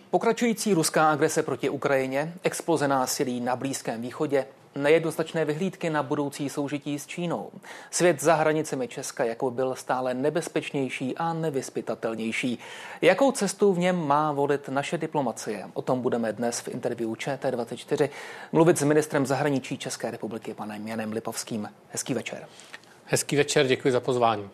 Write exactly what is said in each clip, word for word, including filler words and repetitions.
Pokračující ruská agrese proti Ukrajině, exploze násilí na Blízkém východě, nejednoznačné vyhlídky na budoucí soužití s Čínou. Svět za hranicemi Česka jako byl stále nebezpečnější a nevyzpytatelnější. Jakou cestu v něm má volit naše diplomacie? O tom budeme dnes v interview Č T dvacet čtyři mluvit s ministrem zahraničí České republiky panem Janem Lipovským. Hezký večer. Hezký večer, děkuji za pozvání.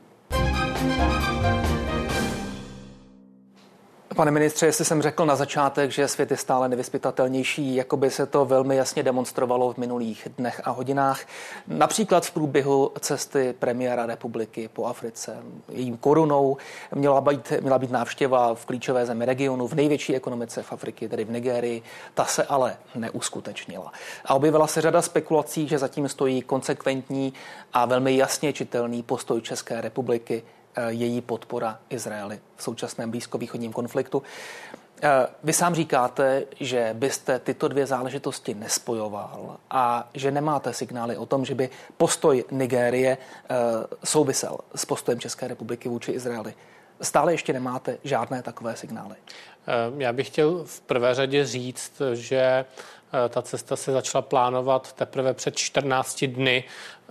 Pane ministře, jestli jsem řekl na začátek, že svět je stále nevyzpytatelnější, jako by se to velmi jasně demonstrovalo v minulých dnech a hodinách. Například v průběhu cesty premiéra republiky po Africe. Jejím korunou měla být, měla být návštěva v klíčové zemi regionu, v největší ekonomice v Afriky, tedy v Nigérii. Ta se ale neuskutečnila. A objevila se řada spekulací, že zatím stojí konsekventní a velmi jasně čitelný postoj České republiky, její podpora Izraeli v současném blízkovýchodním konfliktu. Vy sám říkáte, že byste tyto dvě záležitosti nespojoval a že nemáte signály o tom, že by postoj Nigérie souvisel s postojem České republiky vůči Izraeli. Stále ještě nemáte žádné takové signály. Já bych chtěl v prvé řadě říct, že ta cesta se začala plánovat teprve před čtrnácti dny.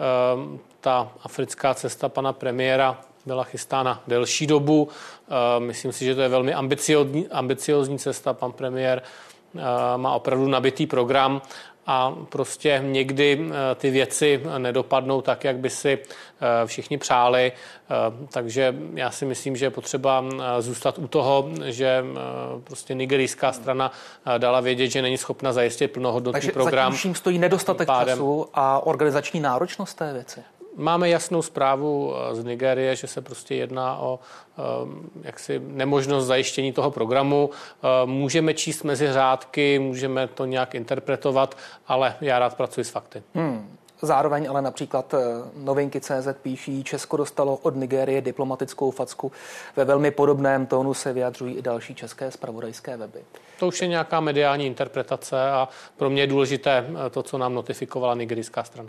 Ta africká cesta pana premiéra byla chystána delší dobu. Myslím si, že to je velmi ambiciozní, ambiciozní cesta. Pan premiér má opravdu nabitý program a prostě někdy ty věci nedopadnou tak, jak by si všichni přáli. Takže já si myslím, že je potřeba zůstat u toho, že prostě nigerijská strana dala vědět, že není schopna zajistit plnohodnotný Takže program. Takže zatím vším stojí nedostatek pádem času a organizační náročnost té věci? Máme jasnou zprávu z Nigérie, že se prostě jedná o jaksi nemožnost zajištění toho programu. Můžeme číst mezi řádky, můžeme to nějak interpretovat, ale já rád pracuji s fakty. Hmm. Zároveň ale například novinky tečka cé zet píší, Česko dostalo od Nigérie diplomatickou facku. Ve velmi podobném tónu se vyjadřují i další české zpravodajské weby. To už je nějaká mediální interpretace a pro mě je důležité to, co nám notifikovala nigerijská strana.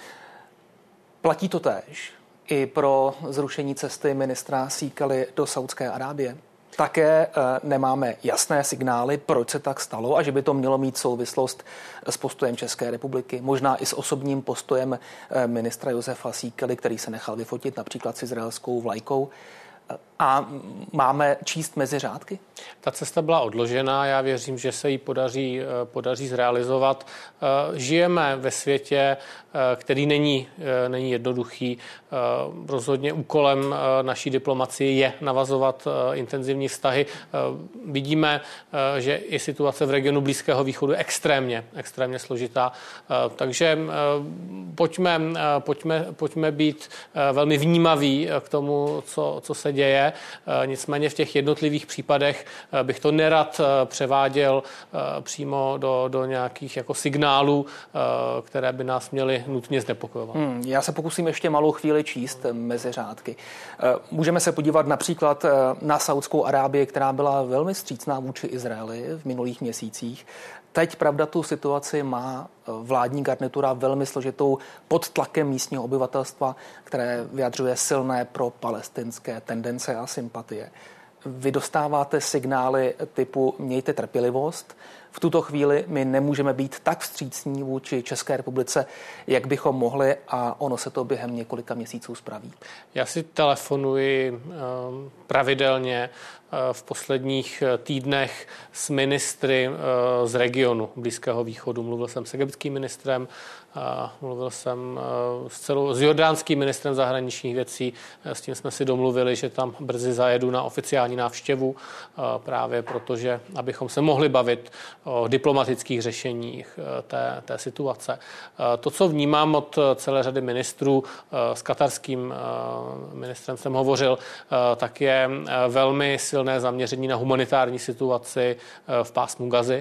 Platí to též i pro zrušení cesty ministra Síkely do Saúdské Arábie? Také nemáme jasné signály, proč se tak stalo a že by to mělo mít souvislost s postojem České republiky. Možná i s osobním postojem ministra Josefa Síkely, který se nechal vyfotit například s izraelskou vlajkou. A máme číst mezi řádky? Ta cesta byla odložena, já věřím, že se jí podaří, podaří zrealizovat. Žijeme ve světě, který není, není jednoduchý. Rozhodně úkolem naší diplomacie je navazovat intenzivní vztahy. Vidíme, že i situace v regionu Blízkého východu je extrémně, extrémně složitá. Takže pojďme, pojďme, pojďme být velmi vnímaví k tomu, co, co se děje. Nicméně v těch jednotlivých případech bych to nerad převáděl přímo do, do nějakých jako signálů, které by nás měly nutně znepokojovat. Hmm, já se pokusím ještě malou chvíli číst mezi řádky. Můžeme se podívat například na Saúdskou Arábii, která byla velmi vstřícná vůči Izraeli v minulých měsících. Teď, pravda, tu situaci má vládní garnitura velmi složitou pod tlakem místního obyvatelstva, které vyjadřuje silné pro palestinské tendence a sympatie. Vy dostáváte signály typu mějte trpělivost. V tuto chvíli my nemůžeme být tak vstřícní vůči České republice, jak bychom mohli, a ono se to během několika měsíců spraví. Já si telefonuji pravidelně v posledních týdnech s ministry z regionu Blízkého východu. Mluvil jsem s egyptským ministrem, mluvil jsem s, celou, s jordánským ministrem zahraničních věcí. S tím jsme si domluvili, že tam brzy zajedu na oficiální návštěvu, právě protože, abychom se mohli bavit o diplomatických řešeních té, té situace. To, co vnímám od celé řady ministrů, s katarským ministrem jsem hovořil, tak je velmi silné zaměření na humanitární situaci v pásmu Gazy.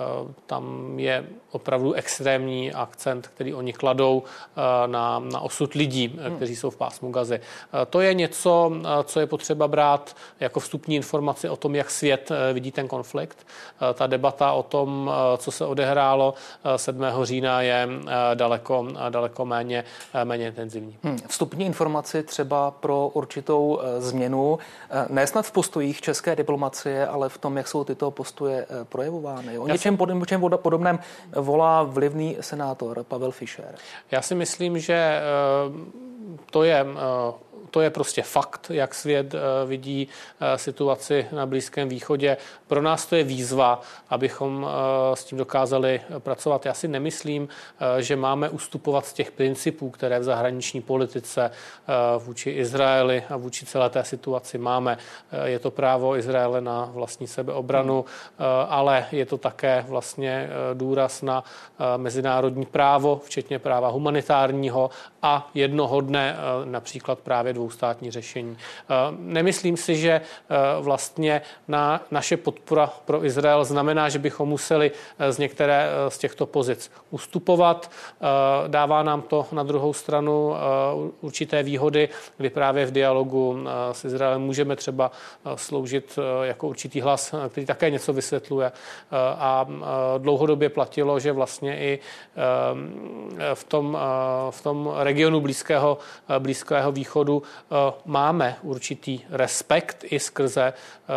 Tam je opravdu extrémní akcent, který oni kladou na, na osud lidí, kteří jsou v pásmu Gazy. To je něco, co je potřeba brát jako vstupní informaci o tom, jak svět vidí ten konflikt. Ta debata o tom, co se odehrálo sedmého října, je daleko, daleko méně, méně intenzivní. Hmm. Vstupní informaci třeba pro určitou změnu, ne snad v postojích české diplomacie, ale v tom, jak jsou tyto postoje projevovány. O něčem podobném volá vlivný senátor Pavel Fischer. Já si myslím, že to je, to je prostě fakt, jak svět vidí situaci na Blízkém východě. Pro nás to je výzva, abychom s tím dokázali pracovat. Já si nemyslím, že máme ustupovat z těch principů, které v zahraniční politice vůči Izraeli a vůči celé té situaci máme. Je to právo Izraele na vlastní sebeobranu, ale je to také vlastně důraz na mezinárodní právo, včetně práva humanitárního a jednoho dne například právě dvoustátní řešení. Nemyslím si, že vlastně na naše podpora pro Izrael znamená, že bychom museli z některé z těchto pozic ustupovat. Dává nám to na druhou stranu určité výhody, kdy právě v dialogu s Izraelem můžeme třeba sloužit jako určitý hlas, který také něco vysvětluje. A dlouhodobě platilo, že vlastně i v tom, v tom regionu Blízkého, Blízkého východu máme určitý respekt i skrze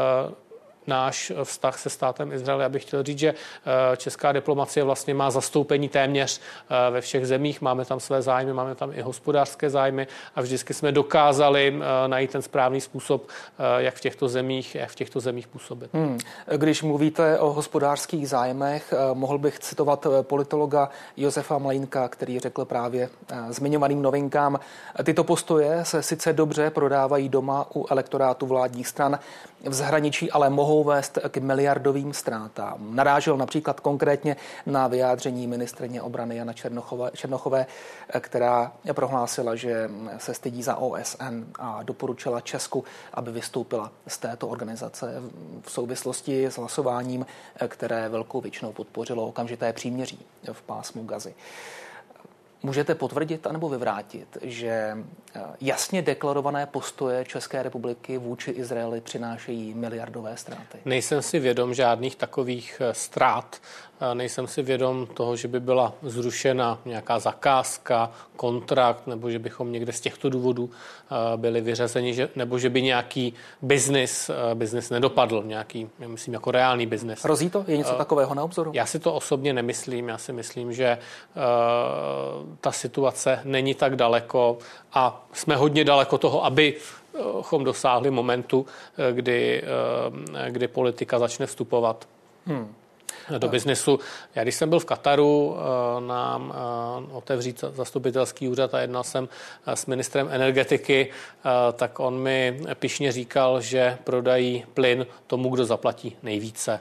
náš vztah se státem Izrael. Já bych chtěl říct, že česká diplomacie vlastně má zastoupení téměř ve všech zemích. Máme tam své zájmy, máme tam i hospodářské zájmy a vždycky jsme dokázali najít ten správný způsob, jak v těchto zemích, jak v těchto zemích působit. Hmm. Když mluvíte o hospodářských zájmech, mohl bych citovat politologa Josefa Mlejnka, který řekl právě zmiňovaným Novinkám: tyto postoje se sice dobře prodávají doma u elektorátu vládních stran, v zahraničí ale mohou vést k miliardovým ztrátám. Narážel například konkrétně na vyjádření ministryně obrany Jana Černochové, Černochové, která prohlásila, že se stydí za O S N a doporučila Česku, aby vystoupila z této organizace v souvislosti s hlasováním, které velkou většinou podpořilo okamžité příměří v pásmu Gazy. Můžete potvrdit anebo vyvrátit, že jasně deklarované postoje České republiky vůči Izraeli přinášejí miliardové ztráty? Nejsem si vědom žádných takových ztrát. Nejsem si vědom toho, že by byla zrušena nějaká zakázka, kontrakt, nebo že bychom někde z těchto důvodů byli vyřazeni, že, nebo že by nějaký biznis, biznis nedopadl, nějaký, myslím, jako reálný biznis. Hrozí to? Je něco takového na obzoru? Já si to osobně nemyslím. Já si myslím, že uh, ta situace není tak daleko a jsme hodně daleko toho, aby chom dosáhli momentu, kdy, kdy politika začne vstupovat hmm. do biznesu. Já když jsem byl v Kataru nám otevřít zastupitelský úřad a jednal jsem s ministrem energetiky, tak on mi pyšně říkal, že prodají plyn tomu, kdo zaplatí nejvíce.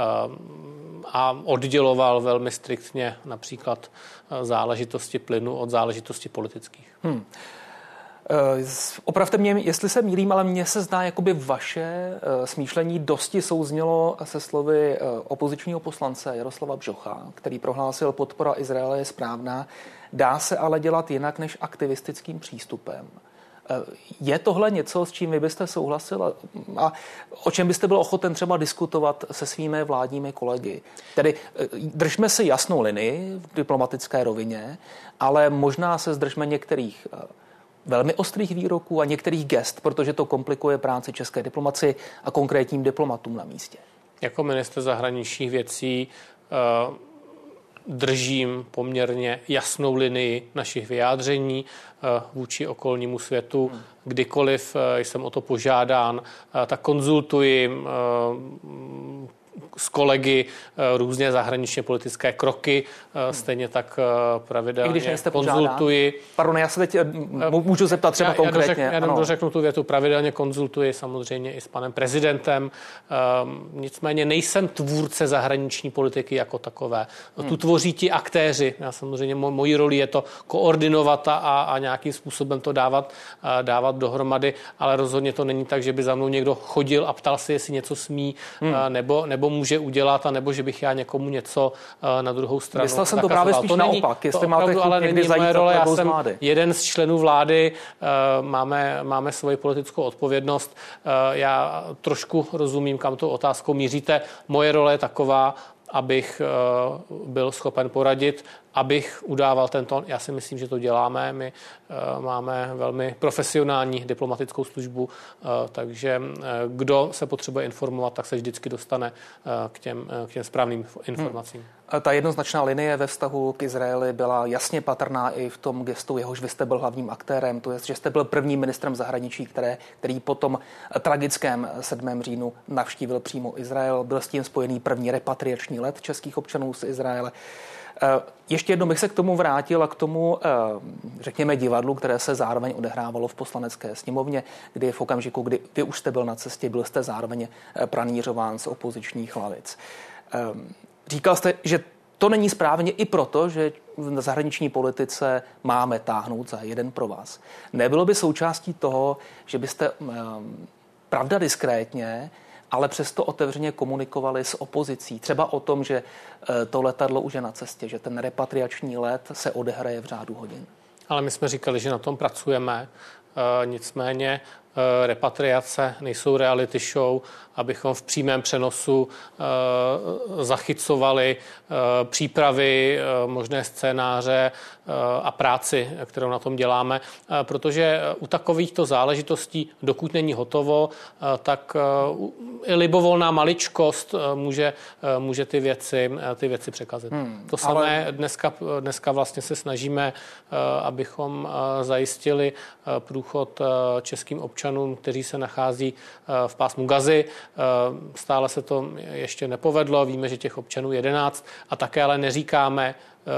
A odděloval velmi striktně například záležitosti plynu od záležitosti politických. Hmm. Opravte mě, jestli se mýlím, ale mně se zdá, jakoby vaše smýšlení dosti souznělo se slovy opozičního poslance Jaroslava Bžocha, který prohlásil, podpora Izraele je správná, dá se ale dělat jinak než aktivistickým přístupem. Je tohle něco, s čím vy byste souhlasil a o čem byste byl ochoten třeba diskutovat se svými vládními kolegy? Tedy držme si jasnou linii v diplomatické rovině, ale možná se zdržme některých velmi ostrých výroků a některých gest, protože to komplikuje práci české diplomacie a konkrétním diplomatům na místě. Jako ministr zahraničních věcí uh, držím poměrně jasnou linii našich vyjádření uh, vůči okolnímu světu. Hmm. Kdykoliv uh, jsem o to požádán, uh, tak konzultuji uh, s kolegy různě zahraničně politické kroky, stejně tak pravidelně konzultuji. Požádán. Pardon, já se teď můžu zeptat třeba já, konkrétně. Já jenom dořeknu tu větu, pravidelně konzultuji samozřejmě i s panem prezidentem. Nicméně nejsem tvůrce zahraniční politiky jako takové. Hmm. Tu tvoří ti aktéři. Já samozřejmě mojí roli je to koordinovat a, a nějakým způsobem to dávat, dávat dohromady, ale rozhodně to není tak, že by za mnou někdo chodil a ptal se, jestli něco smí hmm. nebo, nebo může udělat, a nebo že bych já někomu něco na druhou stranu Myslel jsem to právě spíš to naopak, jestli to máte opravdu, ale není moje role, já jsem vlády. jeden z členů vlády, máme, máme svoji politickou odpovědnost. Já trošku rozumím, kam tou otázkou míříte. Moje role je taková, abych byl schopen poradit, abych udával ten tón. Já si myslím, že to děláme. My máme velmi profesionální diplomatickou službu, takže kdo se potřebuje informovat, tak se vždycky dostane k těm, k těm správným informacím. Hmm. Ta jednoznačná linie ve vztahu k Izraeli byla jasně patrná i v tom gestu, jehož vy jste byl hlavním aktérem, to je, že jste byl prvním ministrem zahraničí, které, který po tom tragickém sedmém říjnu navštívil přímo Izrael. Byl s tím spojený první repatriační let českých občanů z Izraele. Ještě jednou bych se k tomu vrátil a k tomu, řekněme, divadlu, které se zároveň odehrávalo v Poslanecké sněmovně, kdy v okamžiku, kdy vy už jste byl na cestě, byl jste zároveň pranířován z opozičních lavic. Říkal jste, že to není správně i proto, že v zahraniční politice máme táhnout za jeden pro vás. Nebylo by součástí toho, že byste pravda diskrétně, ale přesto otevřeně komunikovali s opozicí. Třeba o tom, že to letadlo už je na cestě, že ten repatriační let se odehraje v řádu hodin. Ale my jsme říkali, že na tom pracujeme. E, nicméně e, repatriace nejsou reality show, abychom v přímém přenosu e, zachycovali e, přípravy, e, možné scénáře e, a práci, kterou na tom děláme, e, protože u takovýchto záležitostí, dokud není hotovo, e, tak e, i libovolná maličkost e, může, e, může ty věci, e, ty věci překazit. Hmm, to samé ale... dneska, dneska vlastně se snažíme, e, abychom e, zajistili e, průchod e, českým občanům, kteří se nachází e, v pásmu Gazy. Stále se to ještě nepovedlo, víme, že těch občanů jedenáct a také ale neříkáme,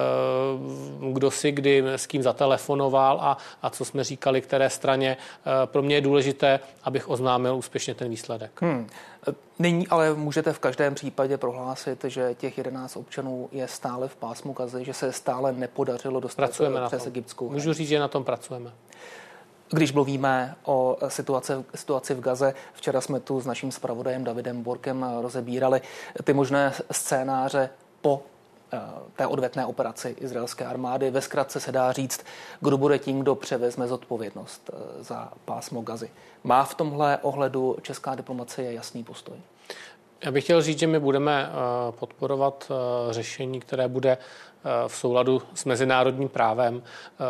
kdo si kdy s kým zatelefonoval a, a co jsme říkali které straně. Pro mě je důležité, abych oznámil úspěšně ten výsledek. Hmm. Nyní ale můžete v každém případě prohlásit, že těch jedenáct občanů je stále v pásmu Gazy, že se stále nepodařilo dostat pracujeme přes egyptskou hranici. Můžu říct, že na tom pracujeme. Když mluvíme o situaci, situaci v Gaze, včera jsme tu s naším zpravodajem Davidem Borkem rozebírali ty možné scénáře po té odvetné operaci izraelské armády. Ve zkratce se dá říct, kdo bude tím, kdo převezme zodpovědnost za pásmo Gazy. Má v tomhle ohledu česká diplomacie jasný postoj? Já bych chtěl říct, že my budeme podporovat řešení, které bude v souladu s mezinárodním právem.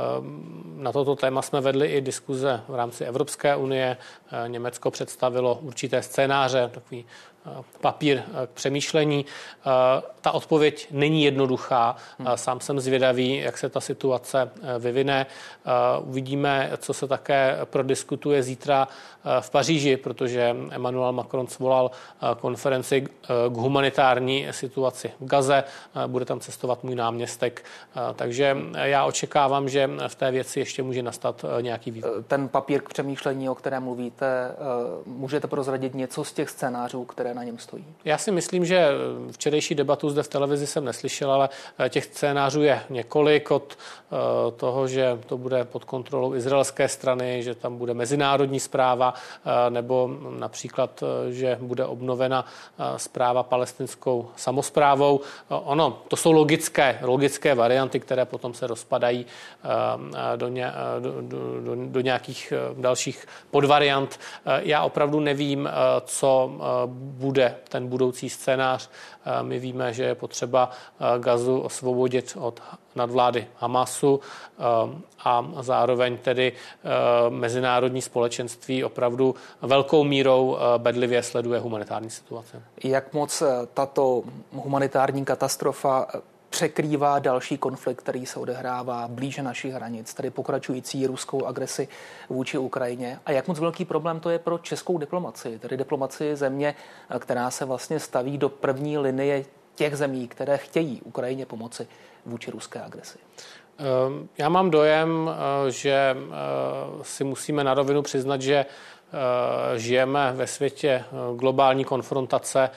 Na toto téma jsme vedli i diskuze v rámci Evropské unie. Německo představilo určité scénáře, takový papír k přemýšlení. Ta odpověď není jednoduchá. Sám jsem zvědavý, jak se ta situace vyvine. Uvidíme, co se také prodiskutuje zítra v Paříži, protože Emmanuel Macron svolal konferenci k humanitární situaci v Gaze. Bude tam cestovat můj náměstek. Takže já očekávám, že v té věci ještě může nastat nějaký vývoj. Ten papír k přemýšlení, o kterém mluvíte, můžete prozradit něco z těch scénářů, které na něm stojí? Já si myslím, že včerejší debatu zde v televizi jsem neslyšel, ale těch scénářů je několik, od toho, že to bude pod kontrolou izraelské strany, že tam bude mezinárodní správa, nebo například, že bude obnovena správa palestinskou samosprávou. Ono, to jsou logické, logické varianty, které potom se rozpadají do, ně, do, do, do nějakých dalších podvariant. Já opravdu nevím, co bude ten budoucí scénář. My víme, že je potřeba Gazu osvobodit od nadvlády Hamasu a zároveň tedy mezinárodní společenství opravdu velkou mírou bedlivě sleduje humanitární situaci. Jak moc tato humanitární katastrofa překrývá další konflikt, který se odehrává blíže našich hranic, tedy pokračující ruskou agresi vůči Ukrajině. A jak moc velký problém to je pro českou diplomacii, tedy diplomacii země, která se vlastně staví do první linie těch zemí, které chtějí Ukrajině pomoci vůči ruské agresi? Já mám dojem, že si musíme na rovinu přiznat, že žijeme ve světě globální konfrontace,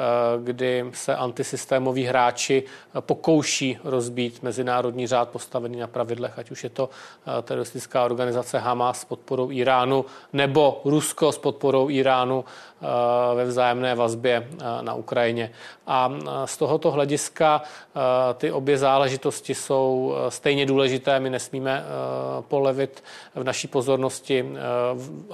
kdy se antisystémoví hráči pokouší rozbít mezinárodní řád postavený na pravidlech, ať už je to teroristická organizace Hamas s podporou Iránu nebo Rusko s podporou Iránu ve vzájemné vazbě na Ukrajině. A z tohoto hlediska ty obě záležitosti jsou stejně důležité. My nesmíme polevit v naší pozornosti ani, ani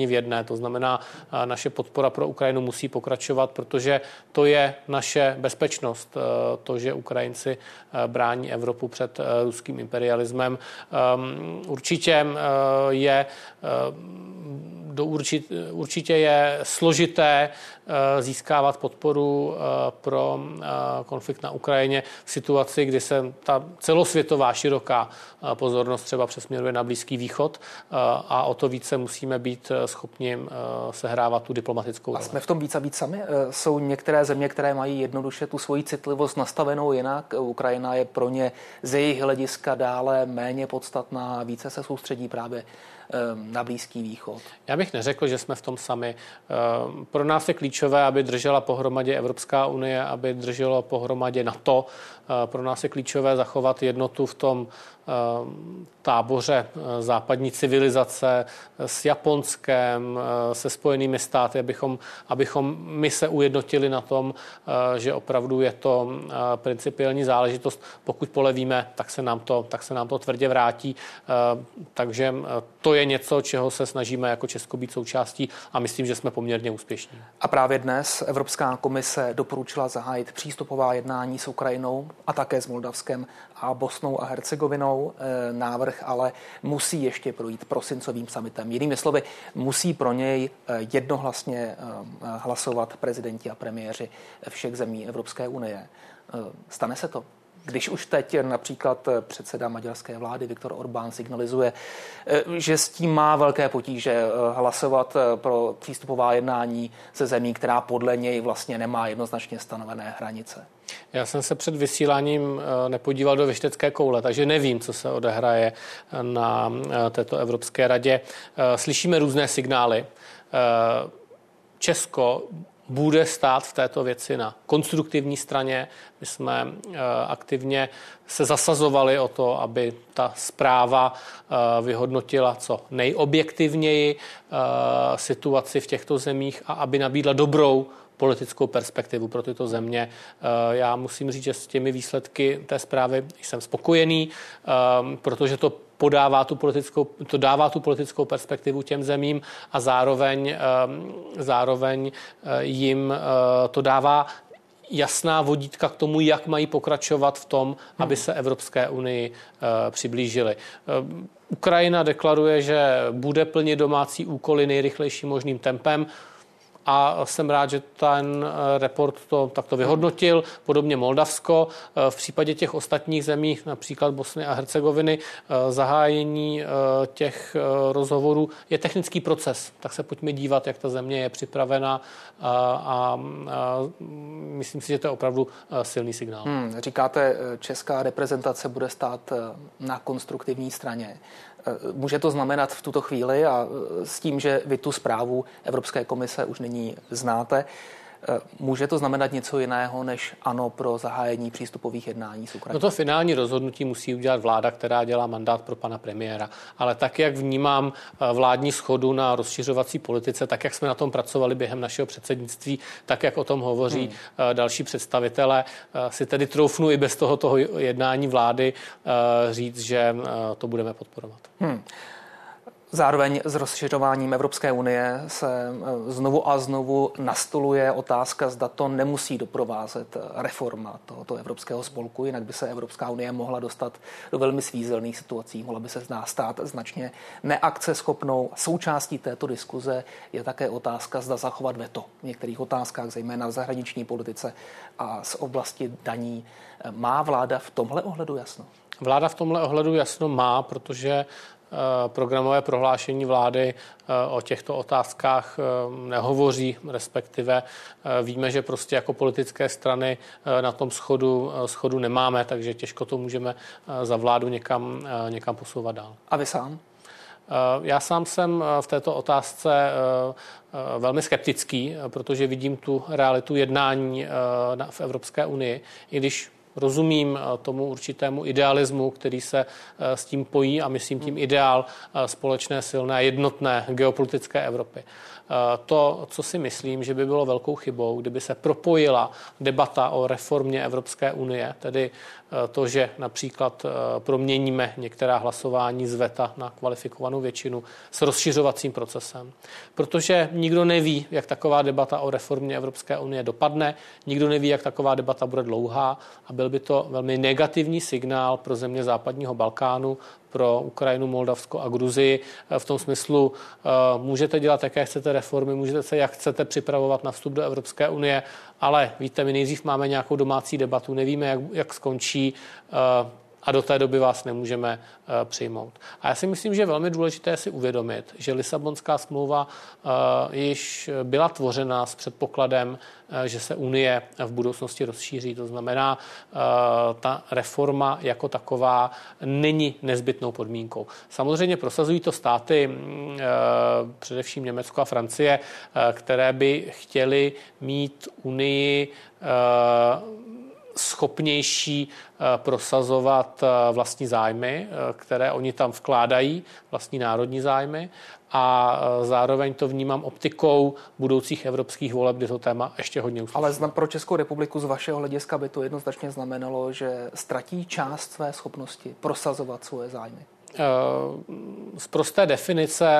v jedné. To znamená, naše podpora pro Ukrajinu musí pokračovat, protože to je naše bezpečnost. To, že Ukrajinci brání Evropu před ruským imperialismem, určitě je do určit, určitě je složité získávat podporu pro konflikt na Ukrajině v situaci, kdy se ta celosvětová široká pozornost třeba přesměruje na Blízký východ a o to více musíme být schopni sehrávat tu diplomatickou roli. A jsme v tom víc a víc sami? Jsou některé země, které mají jednoduše tu svoji citlivost nastavenou jinak? Ukrajina je pro ně z jejich hlediska dále méně podstatná, více se soustředí právě na Blízký východ. Já bych neřekl, že jsme v tom sami. Pro nás je klíčové, aby držela pohromadě Evropská unie, aby drželo pohromadě NATO. Pro nás je klíčové zachovat jednotu v tom táboře západní civilizace s Japonskem, se Spojenými státy, abychom, abychom my se ujednotili na tom, že opravdu je to principiální záležitost. Pokud polevíme, tak se nám to, tak se nám to tvrdě vrátí. Takže to je něco, čeho se snažíme jako Česko být součástí a myslím, že jsme poměrně úspěšní. A právě dnes Evropská komise doporučila zahájit přístupová jednání s Ukrajinou a také s Moldavskem a Bosnou a Hercegovinou. Návrh ale musí ještě projít prosincovým summitem. Jinými slovy, musí pro něj jednohlasně hlasovat prezidenti a premiéři všech zemí Evropské unie. Stane se to? Když už teď například předseda maďarské vlády Viktor Orbán signalizuje, že s tím má velké potíže hlasovat pro přístupová jednání se zemí, která podle něj vlastně nemá jednoznačně stanovené hranice. Já jsem se před vysíláním nepodíval do věštecké koule, takže nevím, co se odehraje na této Evropské radě. Slyšíme různé signály. Česko bude stát v této věci na konstruktivní straně. My jsme aktivně se zasazovali o to, aby ta zpráva vyhodnotila co nejobjektivněji situaci v těchto zemích a aby nabídla dobrou politickou perspektivu pro tyto země. Já musím říct, že s těmi výsledky té zprávy jsem spokojený, protože to podává tu politickou, to dává tu politickou perspektivu těm zemím a zároveň, zároveň jim to dává jasná vodítka k tomu, jak mají pokračovat v tom, aby se Evropské unii přiblížili. Ukrajina deklaruje, že bude plnit domácí úkoly nejrychlejším možným tempem. A jsem rád, že ten report to takto vyhodnotil. Podobně Moldavsko. V případě těch ostatních zemí, například Bosny a Hercegoviny, zahájení těch rozhovorů je technický proces. Tak se pojďme dívat, jak ta země je připravena a, a, a myslím si, že to je opravdu silný signál. Hmm, říkáte, česká reprezentace bude stát na konstruktivní straně. Může to znamenat v tuto chvíli a s tím, že vy tu zprávu Evropské komise už nyní znáte, může to znamenat něco jiného než ano pro zahájení přístupových jednání s Ukrajinou? No to finální rozhodnutí musí udělat vláda, která dělá mandát pro pana premiéra. Ale tak, jak vnímám vládní shodu na rozšiřovací politice, tak, jak jsme na tom pracovali během našeho předsednictví, tak, jak o tom hovoří hmm. další představitelé, si tedy troufnu i bez tohoto jednání vlády říct, že to budeme podporovat. Hmm. Zároveň s rozšiřováním Evropské unie se znovu a znovu nastoluje otázka, zda to nemusí doprovázet reforma tohoto evropského spolku, jinak by se Evropská unie mohla dostat do velmi svízelných situací, mohla by se stát značně neakceschopnou. Součástí této diskuze je také otázka, zda zachovat veto v některých otázkách, zejména v zahraniční politice a z oblasti daní. Má vláda v tomhle ohledu jasno? Vláda v tomhle ohledu jasno má, protože programové prohlášení vlády o těchto otázkách nehovoří, respektive víme, že prostě jako politické strany na tom schodu, schodu nemáme, takže těžko to můžeme za vládu někam, někam posouvat dál. A vy sám? Já sám jsem v této otázce velmi skeptický, protože vidím tu realitu jednání v Evropské unii, i když rozumím tomu určitému idealismu, který se s tím pojí a myslím tím ideál společné, silné, jednotné geopolitické Evropy. To, co si myslím, že by bylo velkou chybou, kdyby se propojila debata o reformě Evropské unie, tedy to, že například proměníme některá hlasování z veta na kvalifikovanou většinu s rozšiřovacím procesem. Protože nikdo neví, jak taková debata o reformě Evropské unie dopadne, nikdo neví, jak taková debata bude dlouhá a byl by to velmi negativní signál pro země západního Balkánu, pro Ukrajinu, Moldavsko a Gruzii. V tom smyslu uh, můžete dělat, jaké chcete reformy, můžete se, jak chcete připravovat na vstup do Evropské unie, ale víte, my nejdřív máme nějakou domácí debatu, nevíme, jak, jak skončí uh, a do té doby vás nemůžeme uh, přijmout. A já si myslím, že je velmi důležité si uvědomit, že Lisabonská smlouva uh, již byla tvořena s předpokladem, uh, že se Unie v budoucnosti rozšíří. To znamená, uh, ta reforma jako taková není nezbytnou podmínkou. Samozřejmě prosazují to státy, uh, především Německo a Francie, uh, které by chtěly mít Unii uh, schopnější prosazovat vlastní zájmy, které oni tam vkládají, vlastní národní zájmy, a zároveň to vnímám optikou budoucích evropských voleb, kdy to téma ještě hodně uslyší. Ale pro Českou republiku z vašeho hlediska by to jednoznačně znamenalo, že ztratí část své schopnosti prosazovat svoje zájmy. Z prosté definice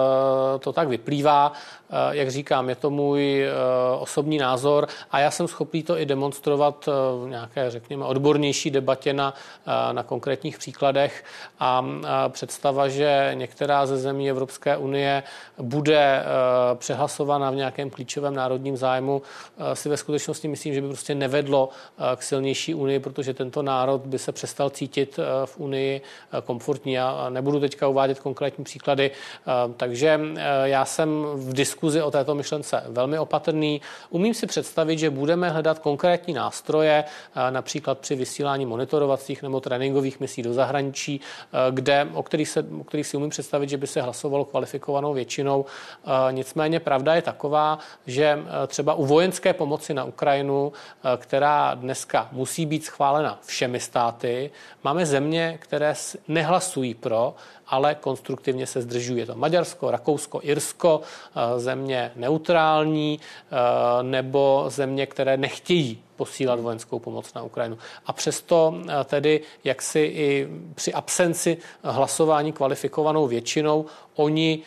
to tak vyplývá. Jak říkám, je to můj osobní názor a já jsem schopný to i demonstrovat v nějaké, řekněme, odbornější debatě na, na konkrétních příkladech a představa, že některá ze zemí Evropské unie bude přehlasována v nějakém klíčovém národním zájmu, si ve skutečnosti myslím, že by prostě nevedlo k silnější unii, protože tento národ by se přestal cítit v unii komfortní. Já nebudu teďka uvádět konkrétní příklady, takže já jsem v diskuzi o této myšlence velmi opatrný. Umím si představit, že budeme hledat konkrétní nástroje, například při vysílání monitorovacích nebo tréninkových misí do zahraničí, kde, o kterých, se, o kterých si umím představit, že by se hlasovalo kvalifikovanou většinou. Nicméně pravda je taková, že třeba u vojenské pomoci na Ukrajinu, která dneska musí být schválena všemi státy, máme země, které nehlasují pro, ale konstruktivně se zdržuje. To Maďarsko, Rakousko, Irsko, země neutrální nebo země, které nechtějí posílat vojenskou pomoc na Ukrajinu. A přesto tedy, jak si i při absenci hlasování kvalifikovanou většinou, oni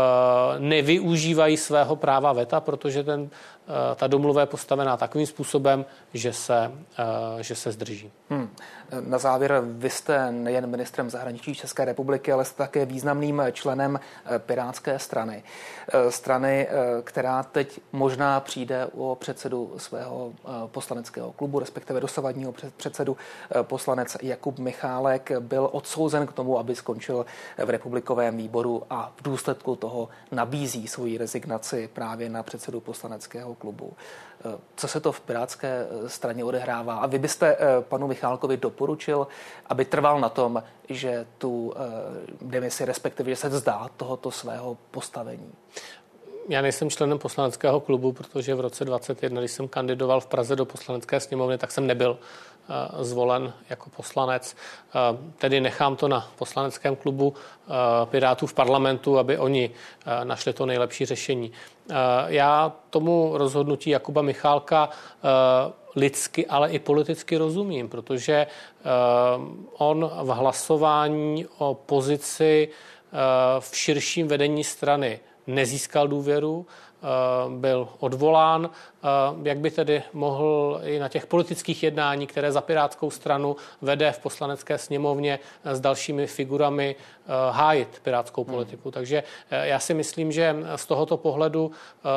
nevyužívají svého práva veta, protože ten, ta domluva je postavená takovým způsobem, že se, že se zdrží. Hmm. Na závěr, vy jste nejen ministrem zahraničí České republiky, ale jste také významným členem Pirátské strany. Strany, která teď možná přijde o předsedu svého poslaneckého klubu, respektive dosavadního předsedu. Poslanec Jakub Michálek byl odsouzen k tomu, aby skončil v republikovém výboru a v důsledku toho nabízí svoji rezignaci právě na předsedu poslaneckého klubu. Co se to v Pirátské straně odehrává? A vy byste panu Michálkovi doporučil, aby trval na tom, že tu demisi, respektive, že se vzdá tohoto svého postavení? Já nejsem členem poslaneckého klubu, protože v roce dvacet jedna, když jsem kandidoval v Praze do poslanecké sněmovny, tak jsem nebyl uh, zvolen jako poslanec. Uh, tedy nechám to na poslaneckém klubu uh, Pirátů v parlamentu, aby oni uh, našli to nejlepší řešení. Uh, já tomu rozhodnutí Jakuba Michálka uh, lidsky, ale i politicky rozumím, protože uh, on v hlasování o pozici uh, v širším vedení strany nezískal důvěru, byl odvolán. Jak by tedy mohl i na těch politických jednání, které za Pirátskou stranu vede v poslanecké sněmovně s dalšími figurami, hájit pirátskou politiku. Hmm. Takže já si myslím, že z tohoto pohledu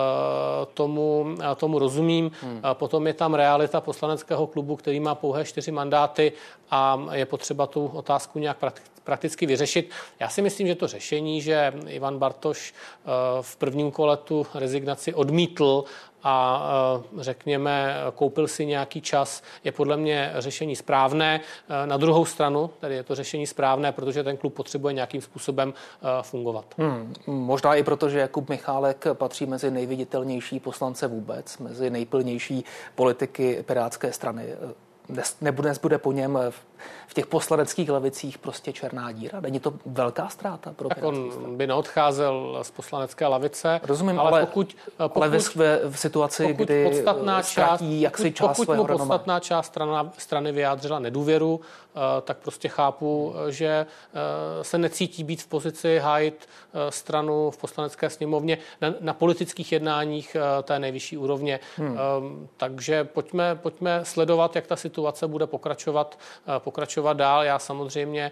tomu, tomu rozumím. Hmm. Potom je tam realita poslaneckého klubu, který má pouhé čtyři mandáty a je potřeba tu otázku nějak prakticky vyřešit. Já si myslím, že to řešení, že Ivan Bartoš v prvním kole tu rezignaci odmítl a řekněme, koupil si nějaký čas, je podle mě řešení správné. Na druhou stranu, tedy je to řešení správné, protože ten klub potřebuje nějakým způsobem fungovat. Hmm, možná i proto, že Jakub Michálek patří mezi nejviditelnější poslance vůbec, mezi nejplnější politiky Pirátské strany. Dnes nebude, bude po něm v těch poslaneckých lavicích prostě černá díra? Není to velká ztráta pro tak on by neodcházel z poslanecké lavice. Rozumím, ale, ale pokud, pokud ale ve, v situaci, pokud kdy podstatná ztratí část, jaksi pokud, část pokud mu renomé. podstatná část strana, strany vyjádřila nedůvěru, tak prostě chápu, že se necítí být v pozici hájit stranu v poslanecké sněmovně na, na politických jednáních té nejvyšší úrovně. Hmm. Takže pojďme, pojďme sledovat, jak ta situace bude pokračovat, pokračovat dál. Já samozřejmě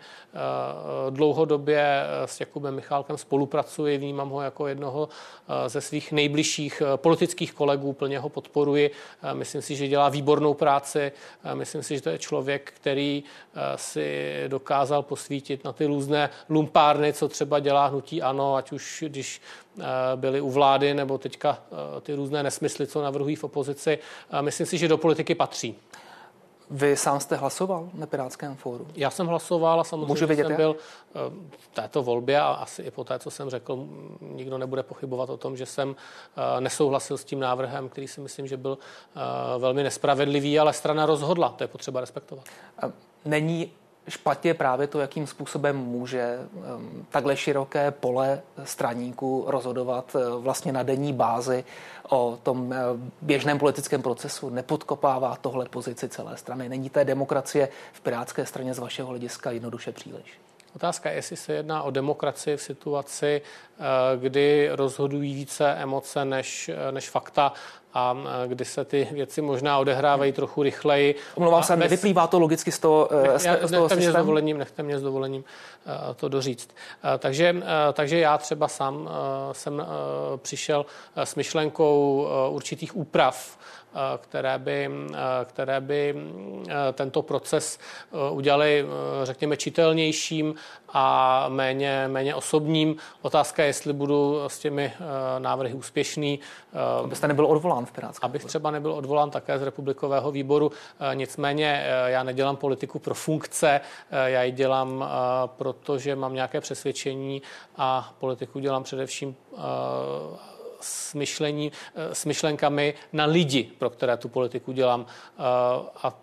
dlouhodobě s Jakubem Michálkem spolupracuji, vnímám ho jako jednoho ze svých nejbližších politických kolegů, plně ho podporuji. Myslím si, že dělá výbornou práci. Myslím si, že to je člověk, který si dokázal posvítit na ty různé lumpárny, co třeba dělá hnutí ANO, ať už když byli u vlády, nebo teďka ty různé nesmysly, co navrhují v opozici. Myslím si, že do politiky patří. Vy sám jste hlasoval na Pirátském fóru? Já jsem hlasoval a samozřejmě vědět, jsem jak? byl v této volbě a asi i po té, co jsem řekl, nikdo nebude pochybovat o tom, že jsem nesouhlasil s tím návrhem, který si myslím, že byl velmi nespravedlivý, ale strana rozhodla, to je potřeba respektovat. Není špatně právě to, jakým způsobem může um, takhle široké pole straníků rozhodovat uh, vlastně na denní bázi o tom uh, běžném politickém procesu. Nepodkopává tohle pozici celé strany. Není té demokracie v Pirátské straně z vašeho hlediska jednoduše příliš? Otázka je, jestli se jedná o demokracii v situaci, kdy rozhodují více emoce než, než fakta a kdy se ty věci možná odehrávají trochu rychleji. Omlouvám se, nevyplývá to logicky z toho, nech, z toho nechte mě systému? S dovolením, nechte mě s dovolením to doříct. Takže, takže já třeba sám jsem přišel s myšlenkou určitých úprav, které by, které by tento proces udělali, řekněme, čitelnějším a méně, méně osobním. Otázka je, jestli budu s těmi návrhy úspěšný. Abyste nebyl odvolán v Pirátském. Abych třeba nebyl odvolán také z republikového výboru. Nicméně já nedělám politiku pro funkce, já ji dělám, protože mám nějaké přesvědčení a politiku dělám především s, myšlení, s myšlenkami na lidi, pro které tu politiku dělám. A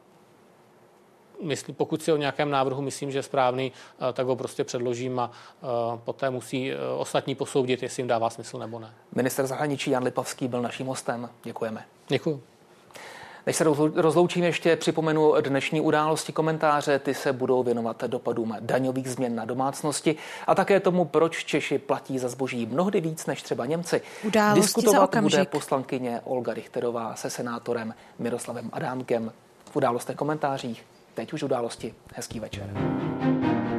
Myslí, pokud si o nějakém návrhu myslím, že je správný, tak ho prostě předložím a poté musí ostatní posoudit, jestli jim dává smysl nebo ne. Ministr zahraničí Jan Lipavský byl naším hostem. Děkujeme. Děkuji. Než se rozloučím, ještě připomenu dnešní události komentáře. Ty se budou věnovat dopadům daňových změn na domácnosti a také tomu, proč Češi platí za zboží mnohdy víc než třeba Němci. Události Diskutovat bude poslankyně Olga Richterová se senátorem Miroslavem Adámkem v událostech komentářích. Teď už události. Hezký večer.